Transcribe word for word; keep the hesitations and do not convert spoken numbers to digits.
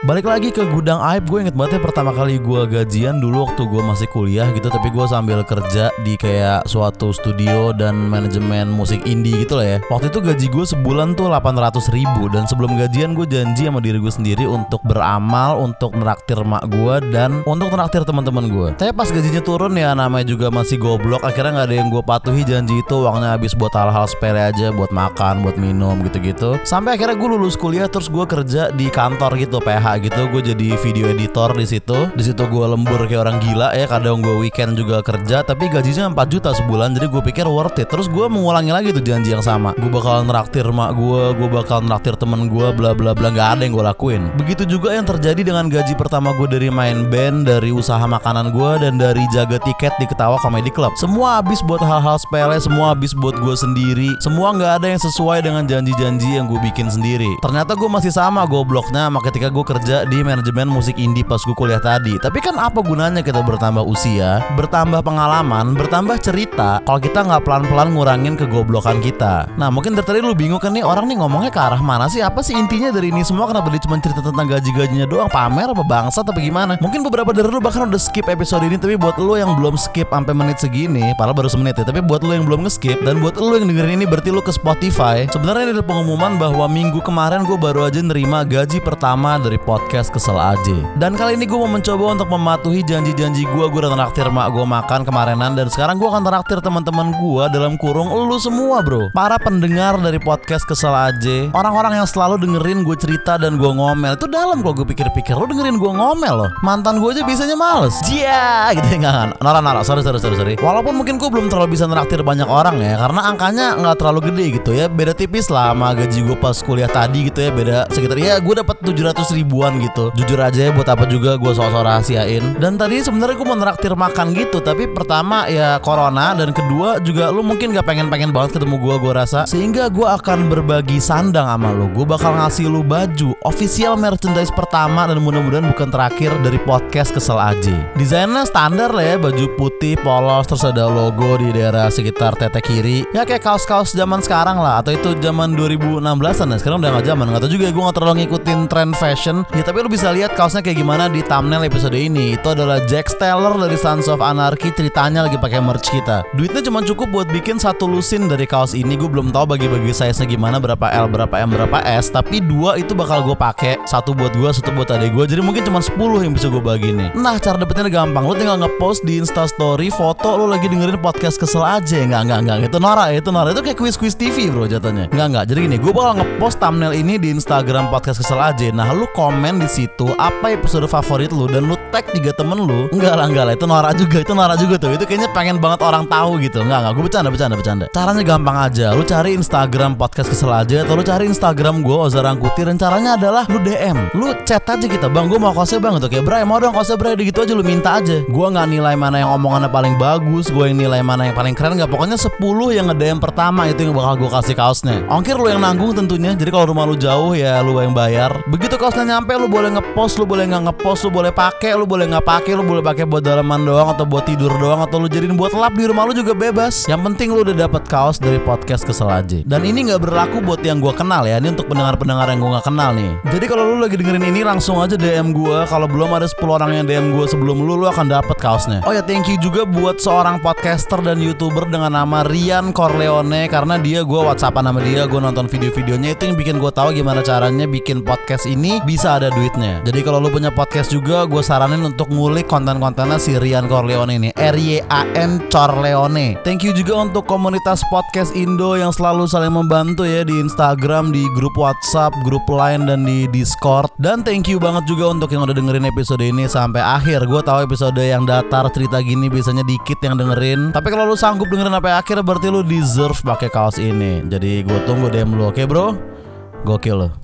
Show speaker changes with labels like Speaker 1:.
Speaker 1: Balik lagi ke Gudang Aib, gue inget banget ya pertama kali gue gajian dulu waktu gue masih kuliah gitu. Tapi gue sambil kerja di kayak suatu studio dan manajemen musik indie gitu lah ya. Waktu itu gaji gue sebulan tuh delapan ratus ribu. Dan sebelum gajian gue janji sama diri gue sendiri untuk beramal, untuk neraktir mak gue dan untuk neraktir teman-teman gue. Tapi pas gajinya turun ya, namanya juga masih goblok, akhirnya gak ada yang gue patuhi janji itu. Uangnya habis buat hal-hal sepele aja, buat makan, buat minum gitu-gitu. Sampai akhirnya gue lulus kuliah, terus gue kerja di kantor gitu, P H gitu. Gue jadi video editor di situ. Di situ gue lembur kayak orang gila ya. Kadang gue weekend juga kerja, tapi gajinya empat juta sebulan. Jadi gue pikir worth it. Terus gue mengulangi lagi tuh janji yang sama. Gue bakal neraktir mak gue, gue bakal neraktir temen gue, bla bla bla. Gak ada yang gue lakuin. Begitu juga yang terjadi dengan gaji pertama gue dari main band, dari usaha makanan gue, dan dari jaga tiket di Ketawa Comedy Club. Semua habis buat hal-hal sepele, semua habis buat gue sendiri. Semua gak ada yang sesuai dengan janji-janji yang gue bikin sendiri. Ternyata gue masih sama gobloknya sama ketika gue kerja di manajemen musik indie pas gue kuliah tadi. Tapi kan apa gunanya kita bertambah usia, bertambah pengalaman, bertambah cerita kalau kita gak pelan-pelan ngurangin kegoblokan kita. Nah mungkin dari tadi lu bingung kan nih, orang nih ngomongnya ke arah mana sih? Apa sih intinya dari ini semua? Kenapa dia cuma cerita tentang gaji-gajinya doang? Pamer apa bangsat apa gimana? Mungkin beberapa dari lu bahkan udah skip episode ini. Tapi buat lu yang belum skip sampai menit segini, padahal baru semenit ya, tapi buat lu yang belum nge-skip dan buat lu yang dengerin ini, berarti lu ke Spotify. Sebenarnya ini ada pengumuman bahwa minggu kemarin gue baru aja nerima gaji pertama dari podcast Kesel Aja. Dan kali ini gue mau mencoba untuk mematuhi janji-janji gue. Gue udah neraktir mak gue makan kemarinan, dan sekarang gue akan neraktir teman-teman gue, dalam kurung lu semua bro, para pendengar dari podcast Kesel Aja. Orang-orang yang selalu dengerin gue cerita dan gue ngomel. Itu dalam kalau gue pikir-pikir. Lu dengerin gue ngomel loh. Mantan gue aja biasanya males. Jia gitu ya, enggak kan? Nora-nora, sorry, sorry, sorry, sorry. Walaupun mungkin gue belum terlalu bisa neraktir banyak orang ya, karena angkanya gak terlalu gede gitu ya. Beda tipis lah sama gaji gue pas kuliah tadi gitu ya. Beda sekitar, ya gue dapat tujuh ratus ribuan gitu. Jujur aja ya, buat apa juga gue sok-sok rahasiain. Dan tadi sebenarnya gue mau neraktir makan gitu, tapi pertama ya corona, dan kedua juga lu mungkin gak pengen-pengen banget ketemu gue, gue rasa. Sehingga gue akan berbagi sandang sama lu. Gue bakal ngasih lu baju official merchandise pertama dan mudah-mudahan bukan terakhir dari podcast Kesel Aja. Desainnya standar lah ya, baju putih polos, terus ada logo di daerah sekitar tete kiri. Ya kayak kaos-kaos zaman sekarang lah, atau itu zaman dua ribu enam belasan ya. Sekarang udah gak zaman, gak tau juga ya, gue gak terlalu ngikutin trend fashion. Ya tapi lu bisa lihat kaosnya kayak gimana di thumbnail episode ini. Itu adalah Jack Steller dari Sons of Anarchy, ceritanya lagi pakai merch kita. Duitnya cuma cukup buat bikin satu lusin dari kaos ini. Gue belum tahu bagi-bagi size-nya gimana, berapa L, berapa M, berapa S. Tapi dua itu bakal gue pakai, satu buat gue, satu buat adik gue. Jadi mungkin cuma sepuluh yang bisa gue bagi nih. Nah cara dapetinnya gampang. Lu tinggal ngepost di Instastory foto lu lagi dengerin podcast Kesel Aja. Enggak, enggak, enggak. Itu Nora, itu Nora. Itu kayak quiz-quiz T V bro jatuhnya. Enggak, enggak. Jadi gini, gue bakal ngepost thumbnail ini di Instagram podcast Kesel Aja. Nah lu komen di situ apa episode favorit lu dan lu tag tiga temen lu. Enggak lah, enggak lah. Itu Nora juga, itu Nora juga tuh. Itu kayaknya pengen banget orang tahu gitu. Enggak, enggak. Gue bercanda, bercanda, bercanda. Caranya gampang aja. Lu cari Instagram podcast Kesel Aja, atau lu cari Instagram gue Oza Rangkuti. Dan caranya adalah lu D M, lu chat aja kita, bang gue mau kosnya bang, gitu kayak Bray mau dong kosnya Bray, gitu aja lu minta aja. Gue nggak nilai mana yang omongannya paling bagus, gue yang nilai mana yang paling keren, nggak. Pokoknya sepuluh yang nge-D M pertama itu yang bakal gue kasih kaosnya. Ongkir lu yang nanggung tentunya. Jadi kalau rumah lu jauh ya lu yang bayar. Begitu kaosnya nyampe, lu boleh ngepost, lu boleh nggak ngepost, lu boleh pakai, lu boleh nggak pakai, lu boleh pakai buat dalaman doang atau buat tidur doang, atau lu jadiin buat lap di rumah lu juga bebas. Yang penting lu udah dapet kaos dari podcast Kesel Aja. Dan ini nggak berlaku buat yang gue kenal ya. Ini untuk pendengar-pendengar yang gue nggak kenal nih. Jadi kalau lu lagi dengerin ini langsung aja D M gue. Kalau belum ada sepuluh orang yang D M gue sebelum lu, lu akan dapet kaosnya. Oh ya, thank you juga buat seorang podcaster dan YouTuber dengan nama Rian Corleone, karena dia, gue WhatsAppan sama dia, gue nonton video-videonya, itu yang bikin gue tahu gimana caranya bikin podcast ini bisa ada duitnya. Jadi kalau lu punya podcast juga, gue saranin untuk ngulik konten-kontennya si Rian Corleone ini, R Y A N Corleone. Thank you juga untuk komunitas podcast Indo yang selalu saling membantu ya, di Instagram, di grup WhatsApp, grup Line, dan di Discord. Dan thank you banget juga untuk yang udah dengerin episode ini sampai akhir. Gue tahu episode yang datar cerita gini biasanya dikit yang dengerin, tapi kalau lu sanggup dengerin sampai akhir berarti lu deserve pakai kaos ini. Jadi gue tunggu D M lu, oke bro? Gokil lo.